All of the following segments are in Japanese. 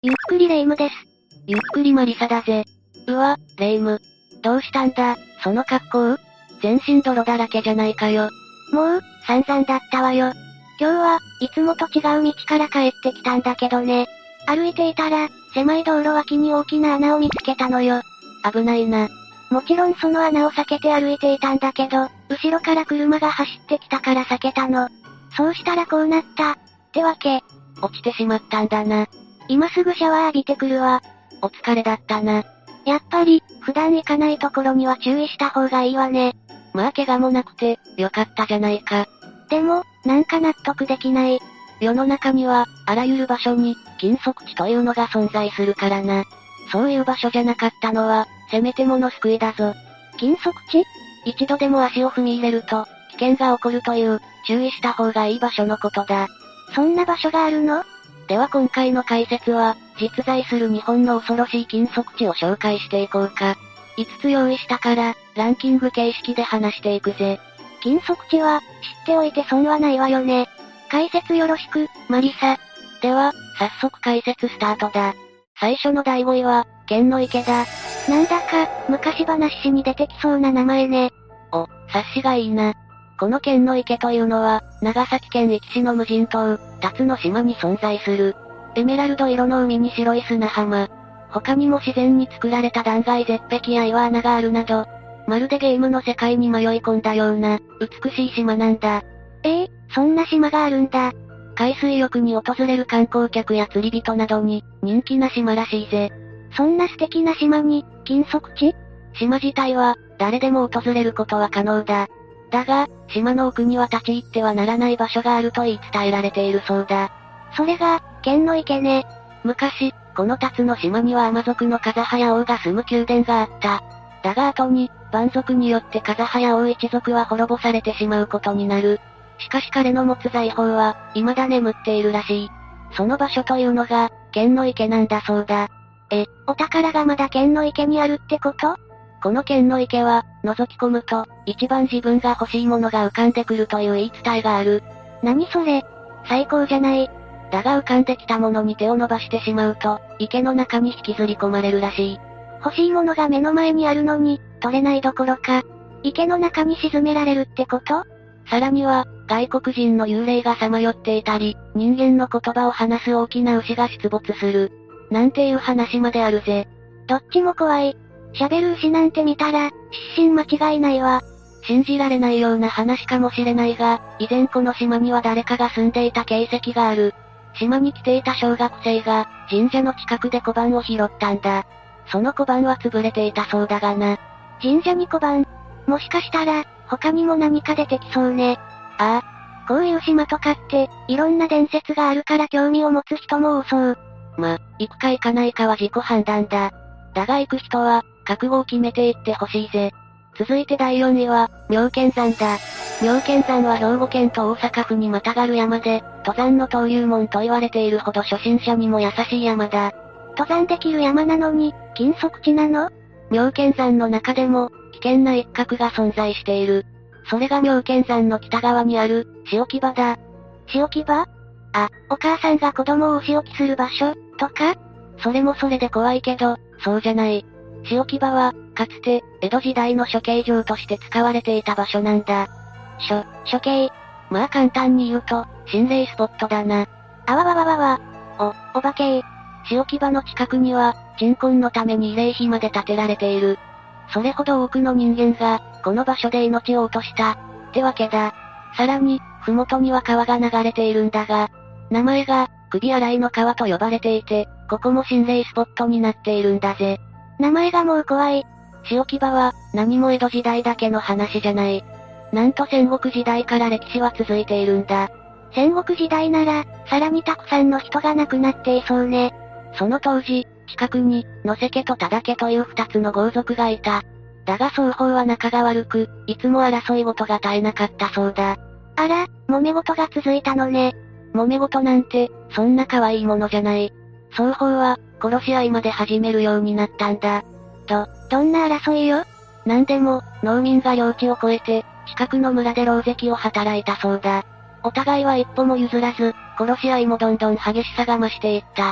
ゆっくりレ夢ムです。 ゆっくりマリサだぜ。うわ、レ夢ム。どうしたんだ、その格好？全身泥だらけじゃないかよ。 もう、散々だったわよ。今日はいつもと違う道から帰ってきたんだけどね。歩いていたら、狭い道路脇に大きな穴を見つけたのよ。 危ないな。 もちろんその穴を避けて歩いていたんだけど、後ろから車が走ってきたから避けたの。そうしたらこうなった。ってわけ。 落ちてしまったんだな。 今すぐシャワー浴びてくるわ。 お疲れだったな。 やっぱり、普段行かないところには注意した方がいいわね。 まあ怪我もなくて、よかったじゃないか。 でも、なんか納得できない。 世の中には、あらゆる場所に、禁足地というのが存在するからな。そういう場所じゃなかったのは、せめてもの救いだぞ。 禁足地？ 一度でも足を踏み入れると、危険が起こるという、注意した方がいい場所のことだ。 そんな場所があるの？ では今回の解説は、実在する日本の恐ろしい禁足地を紹介していこうか。5つ用意したから、ランキング形式で話していくぜ。 禁足地は、知っておいて損はないわよね。解説よろしく、マリサ。 では、早速解説スタートだ。最初の第5位は、剣の池だ。 なんだか、昔話史に出てきそうな名前ね。 お、察しがいいな。この剣の池というのは、長崎県壱岐市の無人島、辰野島に存在する。エメラルド色の海に白い砂浜。他にも自然に作られた断崖絶壁や岩穴があるなど、まるでゲームの世界に迷い込んだような、美しい島なんだ。 そんな島があるんだ。 海水浴に訪れる観光客や釣り人などに、人気な島らしいぜ。 そんな素敵な島に、禁足地？ 島自体は、誰でも訪れることは可能だ。だが、島の奥には立ち入ってはならない場所があると言い伝えられているそうだ。 それが、剣の池ね。 昔、この辰野島にはアマ族の風早王が住む宮殿があった。だが後に、蛮族によって風早王一族は滅ぼされてしまうことになる。しかし彼の持つ財宝は、未だ眠っているらしい。その場所というのが、剣の池なんだそうだ。 お宝がまだ剣の池にあるってこと？ この剣の池は、覗き込むと、一番自分が欲しいものが浮かんでくるという言い伝えがある。 何それ？最高じゃない。 だが浮かんできたものに手を伸ばしてしまうと、池の中に引きずり込まれるらしい。 欲しいものが目の前にあるのに、取れないどころか、池の中に沈められるってこと？ さらには、外国人の幽霊がさまよっていたり、人間の言葉を話す大きな牛が出没する。なんていう話まであるぜ。 どっちも怖い。喋る牛なんて見たら、失神間違いないわ。 信じられないような話かもしれないが、以前この島には誰かが住んでいた形跡がある。島に来ていた小学生が、神社の近くで小判を拾ったんだ。その小判は潰れていたそうだがな。 神社に小判？もしかしたら、他にも何か出てきそうね。 ああ。 こういう島とかって、いろんな伝説があるから興味を持つ人も多そう。 行くか行かないかは自己判断だ。だが行く人は、覚悟を決めて行ってほしいぜ。続いて第4位は、妙見山だ。妙見山は兵庫県と大阪府にまたがる山で、登山の登竜門と言われているほど初心者にも優しい山だ。 登山できる山なのに、禁足地なの？ 妙見山の中でも、危険な一角が存在している。それが妙見山の北側にある、仕置き場だ。 仕置き場？お母さんが子供をお仕置きする場所、とか？ それもそれで怖いけど、そうじゃない。仕置き場は、かつて、江戸時代の処刑場として使われていた場所なんだ。 処刑？ まあ簡単に言うと、心霊スポットだな。 あわわわわわ。お化け。 仕置き場の近くには、鎮魂のために慰霊碑まで建てられている。それほど多くの人間が、この場所で命を落とした、ってわけだ。さらに、ふもとには川が流れているんだが、名前が、首洗いの川と呼ばれていて、ここも心霊スポットになっているんだぜ。 名前がもう怖い。 仕置き場は、何も江戸時代だけの話じゃない。なんと戦国時代から歴史は続いているんだ。 戦国時代なら、さらにたくさんの人が亡くなっていそうね。 その当時、近くに、野瀬家と忠家という二つの豪族がいた。だが双方は仲が悪く、いつも争い事が絶えなかったそうだ。 あら、揉め事が続いたのね。 揉め事なんて、そんな可愛いものじゃない。双方は、殺し合いまで始めるようになったんだ。 どんな争いよ？ なんでも、農民が領地を越えて、近くの村で狼藉を働いたそうだ。お互いは一歩も譲らず、殺し合いもどんどん激しさが増していった。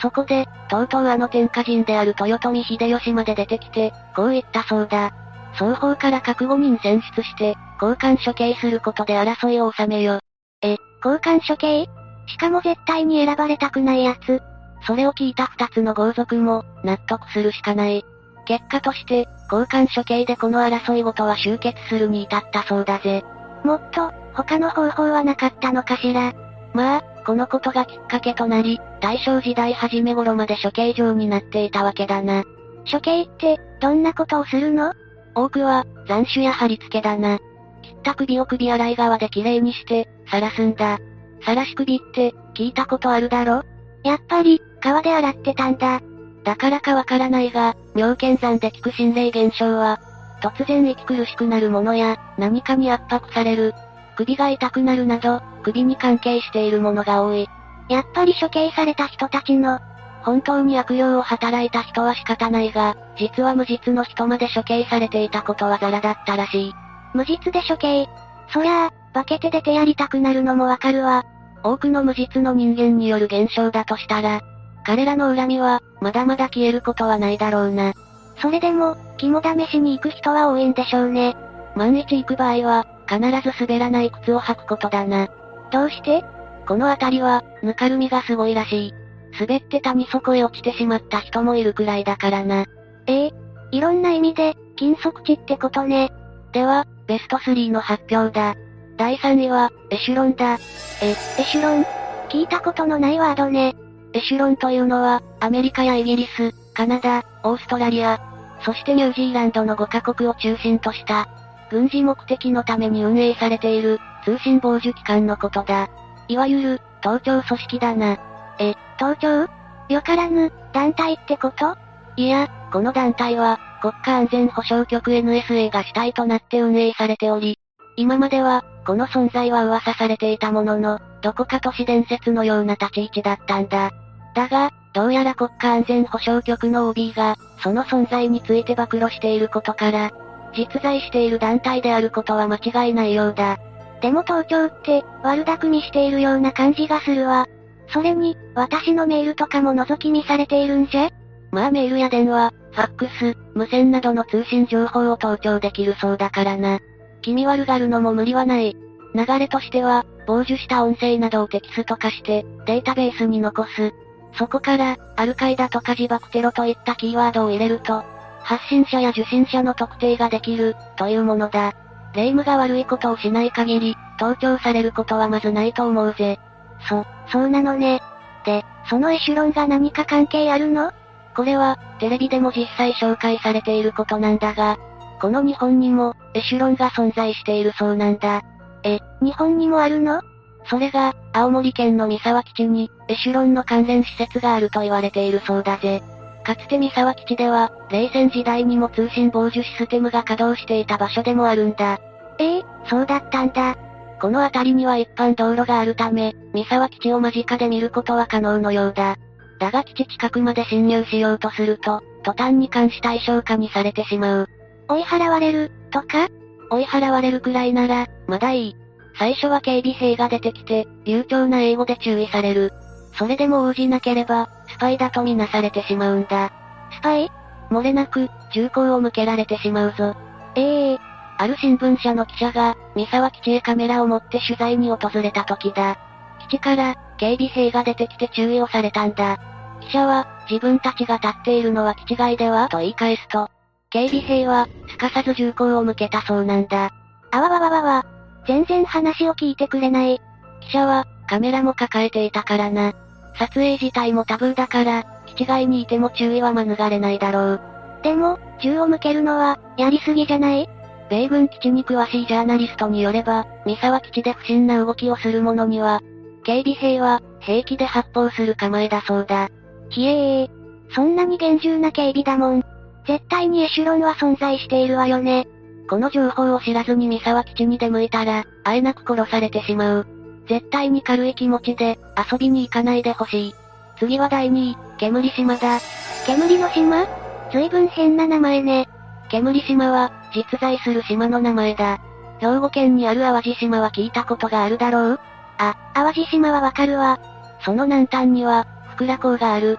そこで、とうとうあの天下人である豊臣秀吉まで出てきて、こう言ったそうだ。双方から各5人選出して、交換処刑することで争いを収めよ。 交換処刑？しかも絶対に選ばれたくないやつ。 それを聞いた2つの豪族も、納得するしかない。結果として、交換処刑でこの争いごとは終結するに至ったそうだぜ。 もっと、他の方法はなかったのかしら。 まあ、このことがきっかけとなり、大正時代初め頃まで処刑場になっていたわけだな。 処刑って、どんなことをするの？ 多くは、斬首や貼り付けだな。切った首を首洗い側できれいにして、晒すんだ。晒し首って、聞いたことあるだろ？ やっぱり、川で洗ってたんだ。 だからかわからないが、妙見山で聞く心霊現象は、突然息苦しくなるものや、何かに圧迫される、首が痛くなるなど、首に関係しているものが多い。 やっぱり処刑された人たちの、 本当に悪用を働いた人は仕方ないが、実は無実の人まで処刑されていたことはザラだったらしい。 無実で処刑。そりゃあ、化けて出てやりたくなるのもわかるわ。 多くの無実の人間による現象だとしたら、彼らの恨みは、まだまだ消えることはないだろうな。 それでも、肝試しに行く人は多いんでしょうね。 万一行く場合は、必ず滑らない靴を履くことだな。 どうして？ この辺りは、ぬかるみがすごいらしい。滑って谷底へ落ちてしまった人もいるくらいだからな。 いろんな意味で、禁足地ってことね。 では、ベスト3の発表だ。第3位は、エシュロンだ。 エシュロン？聞いたことのないワードね。 エシュロンというのは、アメリカやイギリス、カナダ、オーストラリア、そしてニュージーランドの5カ国を中心とした、軍事目的のために運営されている、通信傍受機関のことだ。いわゆる、盗聴組織だな。 盗聴？よからぬ、団体ってこと？ いや、この団体は、国家安全保障局 NSA が主体となって運営されており、今までは、この存在は噂されていたものの、どこか都市伝説のような立ち位置だったんだ。だが、どうやら国家安全保障局の OB が、その存在について暴露していることから、実在している団体であることは間違いないようだ。 でも盗聴って、悪巧みしているような感じがするわ。それに、私のメールとかも覗き見されているんじゃ？ まあメールや電話、ファックス、無線などの通信情報を盗聴できるそうだからな。気味悪がるのも無理はない。流れとしては、傍受した音声などをテキスト化して、データベースに残す。そこから、アルカイダとか自爆テロといったキーワードを入れると、発信者や受信者の特定ができる、というものだ。霊夢が悪いことをしない限り、盗聴されることはまずないと思うぜ。 そうなのね。で、そのエシュロンが何か関係あるの？ これは、テレビでも実際紹介されていることなんだが、この日本にも、エシュロンが存在しているそうなんだ。 日本にもあるの？ それが、青森県の三沢基地に、エシュロンの関連施設があると言われているそうだぜ。かつて三沢基地では、冷戦時代にも通信傍受システムが稼働していた場所でもあるんだ。 そうだったんだ。 この辺りには一般道路があるため、三沢基地を間近で見ることは可能のようだ。だが基地近くまで侵入しようとすると、途端に監視対象下にされてしまう。 追い払われる、とか？ 追い払われるくらいなら、まだいい。最初は警備兵が出てきて、流暢な英語で注意される。それでも応じなければ、スパイだとみなされてしまうんだ。 スパイ？ 漏れなく、銃口を向けられてしまうぞ。ある新聞社の記者が、三沢基地へカメラを持って取材に訪れた時だ。基地から、警備兵が出てきて注意をされたんだ。記者は、自分たちが立っているのは基地外ではと言い返すと、警備兵は、すかさず銃口を向けたそうなんだ。 あわわわわわ。全然話を聞いてくれない。 記者は、カメラも抱えていたからな。撮影自体もタブーだから、基地外にいても注意は免れないだろう。 でも、銃を向けるのは、やりすぎじゃない？ 米軍基地に詳しいジャーナリストによれば、三沢基地で不審な動きをする者には、警備兵は、平気で発砲する構えだそうだ。 そんなに厳重な警備だもん。絶対にエシュロンは存在しているわよね。 この情報を知らずに三沢基地に出向いたら、あえなく殺されてしまう。絶対に軽い気持ちで、遊びに行かないでほしい。次は第2位、煙島だ。 煙の島？ずいぶん変な名前ね。 煙島は、実在する島の名前だ。兵庫県にある淡路島は聞いたことがあるだろう？ 淡路島はわかるわ。 その南端には、福良港がある。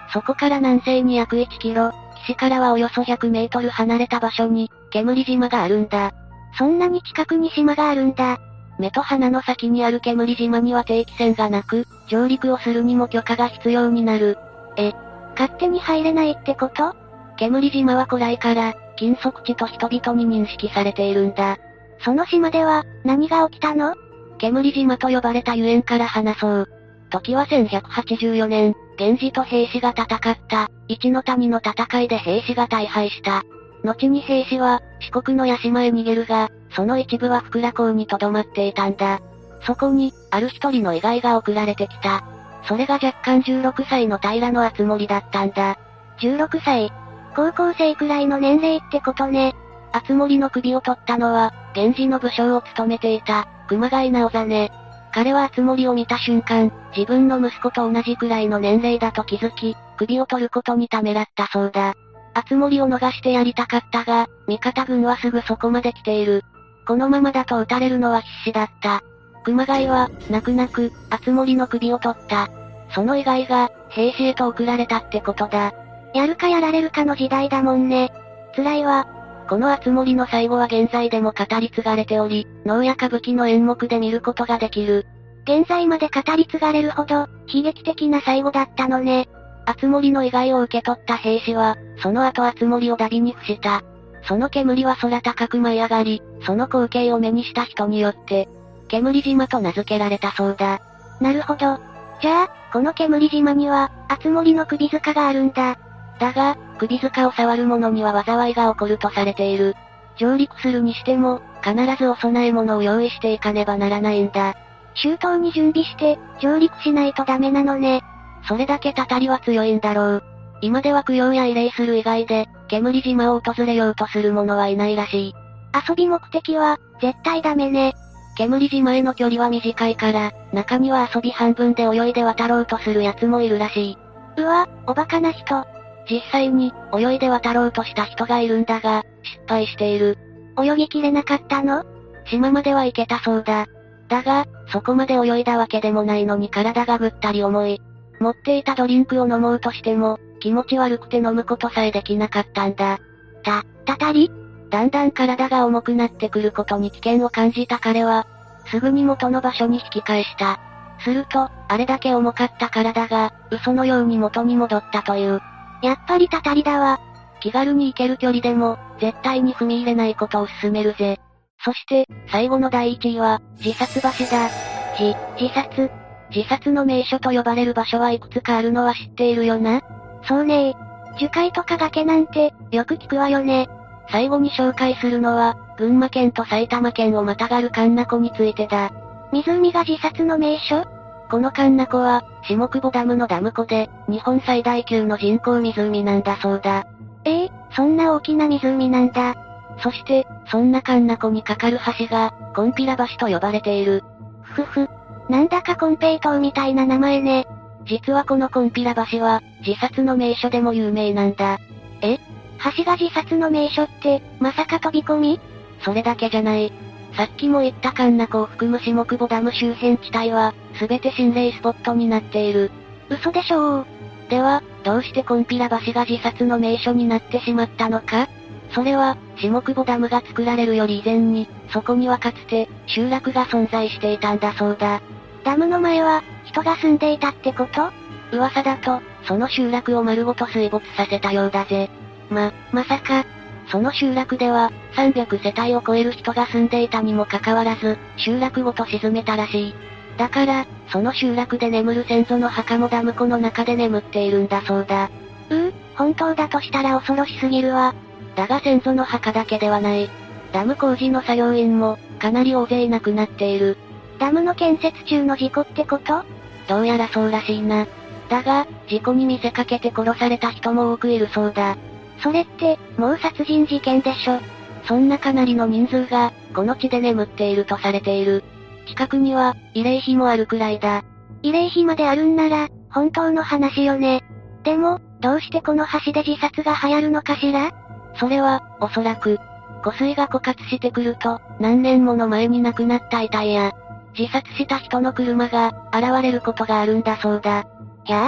そこから南西に約1キロ、岸からはおよそ100メートル離れた場所に、煙島があるんだ。 そんなに近くに島があるんだ。 目と鼻の先にある煙島には定期船がなく、上陸をするにも許可が必要になる。 勝手に入れないってこと？ 煙島は古来から、禁足地と人々に認識されているんだ。 その島では、何が起きたの？ 煙島と呼ばれたゆえんから話そう。時は1184年、源氏と平氏が戦った、一の谷の戦いで平氏が大敗した。後に平氏は、四国の屋島へ逃げるが、その一部は福良港に留まっていたんだ。そこに、ある一人の遺骸が送られてきた。それが若干16歳の平野敦盛だったんだ。 16歳？高校生くらいの年齢ってことね。 敦盛の首を取ったのは、源氏の武将を務めていた、熊谷直実。彼は敦盛を見た瞬間、自分の息子と同じくらいの年齢だと気づき、首を取ることにためらったそうだ。敦盛を逃してやりたかったが、味方軍はすぐそこまで来ている。このままだと撃たれるのは必死だった。熊谷は、泣く泣く、敦盛の首を取った。その遺骸が、平氏へと送られたってことだ。 やるかやられるかの時代だもんね。辛いわ。 この敦盛の最後は現在でも語り継がれており、能や歌舞伎の演目で見ることができる。 現在まで語り継がれるほど、悲劇的な最後だったのね。 敦盛の遺骸を受け取った兵士は、その後敦盛をダビに付した。その煙は空高く舞い上がり、その光景を目にした人によって、煙島と名付けられたそうだ。 なるほど。じゃあ、この煙島には、敦盛の首塚があるんだ。 だが、首塚を触る者には災いが起こるとされている。上陸するにしても、必ずお供え物を用意していかねばならないんだ。 周到に準備して、上陸しないとダメなのね。 それだけたたりは強いんだろう。今では供養や慰霊する以外で、煙島を訪れようとする者はいないらしい。 遊び目的は、絶対ダメね。 煙島への距離は短いから、中には遊び半分で泳いで渡ろうとする奴もいるらしい。 うわ、おバカな人。 実際に、泳いで渡ろうとした人がいるんだが、失敗している。 泳ぎきれなかったの？ 島までは行けたそうだ。だが、そこまで泳いだわけでもないのに体がぐったり重い。持っていたドリンクを飲もうとしても、気持ち悪くて飲むことさえできなかったんだ。 たたり？ だんだん体が重くなってくることに危険を感じた彼は、すぐに元の場所に引き返した。すると、あれだけ重かった体が、嘘のように元に戻ったという。 やっぱりたたりだわ。 気軽に行ける距離でも、絶対に踏み入れないことを勧めるぜ。そして、最後の第1位は、自殺橋だ。自殺の名所と呼ばれる場所はいくつかあるのは知っているよな？ そうね。樹海とか崖なんて、よく聞くわよね。 最後に紹介するのは、群馬県と埼玉県をまたがる神名湖についてだ。 湖が自殺の名所？ この神名湖は、下久保ダムのダム湖で、日本最大級の人工湖なんだそうだ。 そんな大きな湖なんだ。 そして、そんな神名湖に架かる橋が、コンピラ橋と呼ばれている。 なんだかコンペイトーみたいな名前ね。 実はこのコンピラ橋は、自殺の名所でも有名なんだ。 橋が自殺の名所って、まさか飛び込み？ それだけじゃない。さっきも言った神名湖を含む下久保ダム周辺地帯は、すべて心霊スポットになっている。 嘘でしょう。 では、どうしてコンピラ橋が自殺の名所になってしまったのか？それは、下久保ダムが作られるより以前に、そこにはかつて、集落が存在していたんだそうだ。 ダムの前は、人が住んでいたってこと？ 噂だと、その集落を丸ごと水没させたようだぜ。まさか、その集落では、300世帯を超える人が住んでいたにもかかわらず、集落ごと沈めたらしい。だから、その集落で眠る先祖の墓もダム湖の中で眠っているんだそうだ。 本当だとしたら恐ろしすぎるわ。 だが先祖の墓だけではない。ダム工事の作業員も、かなり大勢亡くなっている。 ダムの建設中の事故ってこと？ どうやらそうらしいな。だが、事故に見せかけて殺された人も多くいるそうだ。 それって、もう殺人事件でしょ。 そんなかなりの人数が、この地で眠っているとされている。近くには、慰霊碑もあるくらいだ。 慰霊碑まであるんなら、本当の話よね。でも、どうしてこの橋で自殺が流行るのかしら？ それは、おそらく、湖水が枯渇してくると、何年もの前に亡くなった遺体や、自殺した人の車が、現れることがあるんだそうだ。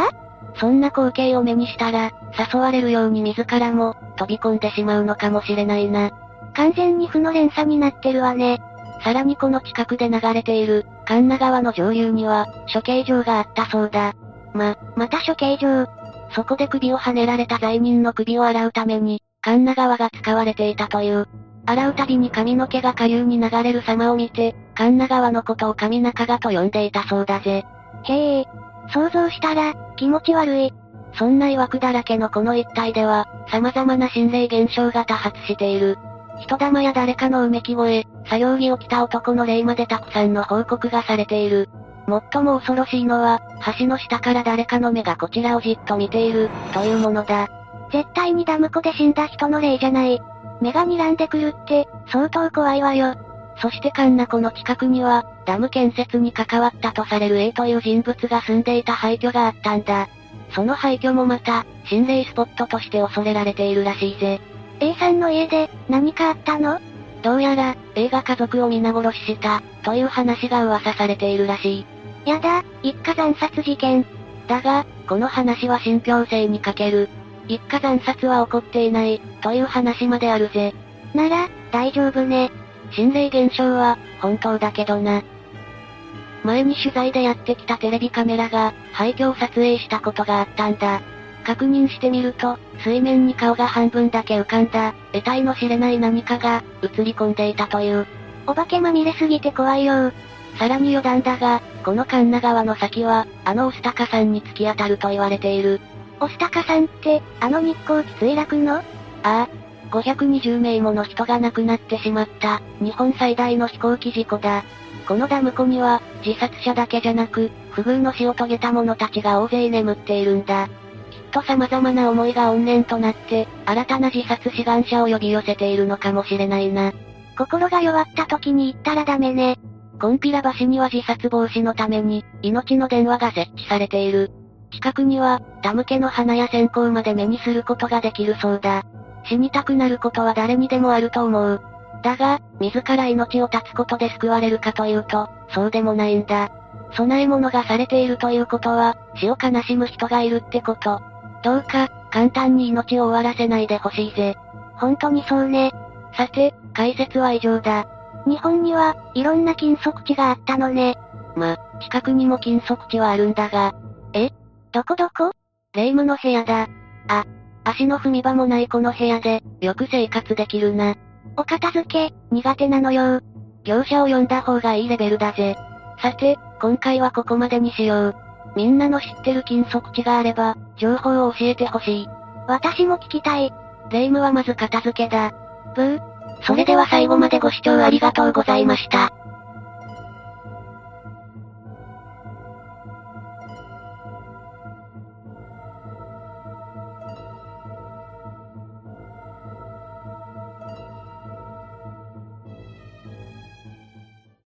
そんな光景を目にしたら、誘われるように自らも、飛び込んでしまうのかもしれないな。 完全に負の連鎖になってるわね。 さらにこの近くで流れている、神奈川の上流には、処刑場があったそうだ。 また処刑場。 そこで首をはねられた罪人の首を洗うために、神奈川が使われていたという。洗うたびに髪の毛が下流に流れる様を見て、神奈川のことを神中川と呼んでいたそうだぜ。 へえ。想像したら、気持ち悪い。 そんな曰くだらけのこの一帯では、様々な心霊現象が多発している。人玉や誰かのうめき声、作業着を着た男の霊までたくさんの報告がされている。最も恐ろしいのは、橋の下から誰かの目がこちらをじっと見ている、というものだ。 絶対にダム湖で死んだ人の霊じゃない。目が睨んでくるって、相当怖いわよ。 そして神奈湖の近くには、ダム建設に関わったとされる A という人物が住んでいた廃墟があったんだ。その廃墟もまた、心霊スポットとして恐れられているらしいぜ。 A さんの家で、何かあったの？ どうやら、A が家族を皆殺しした、という話が噂されているらしい。 やだ、一家惨殺事件。 だが、この話は信憑性に欠ける。一家惨殺は起こっていない、という話まであるぜ。 なら、大丈夫ね。 心霊現象は、本当だけどな。前に取材でやってきたテレビカメラが、廃墟を撮影したことがあったんだ。確認してみると、水面に顔が半分だけ浮かんだ、得体の知れない何かが、映り込んでいたという。 お化けまみれすぎて怖いよ。 さらに余談だが、この神奈川の先は、あの御巣鷹山に突き当たると言われている。 御巣鷹山って、あの日航機墜落の？ ああ。520名もの人が亡くなってしまった、日本最大の飛行機事故だ。このダム湖には、自殺者だけじゃなく、不遇の死を遂げた者たちが大勢眠っているんだ。きっと様々な思いが怨念となって、新たな自殺志願者を呼び寄せているのかもしれないな。 心が弱った時に行ったらダメね。 コンピラ橋には自殺防止のために、命の電話が設置されている。近くには、ダム家の花や線香まで目にすることができるそうだ。死にたくなることは誰にでもあると思う。だが、自ら命を絶つことで救われるかというと、そうでもないんだ。供え物がされているということは、死を悲しむ人がいるってこと。どうか、簡単に命を終わらせないでほしいぜ。 本当にそうね。 さて、解説は以上だ。 日本には、いろんな禁足地があったのね。 近くにも禁足地はあるんだが。 どこ？ 霊夢の部屋だ。足の踏み場もないこの部屋で、よく生活できるな。 お片付け、苦手なのよ。 業者を呼んだ方がいいレベルだぜ。さて、今回はここまでにしよう。みんなの知ってる禁足地があれば、情報を教えてほしい。 私も聞きたい。 霊夢はまず片付けだ。 ブー。 それでは最後までご視聴ありがとうございました。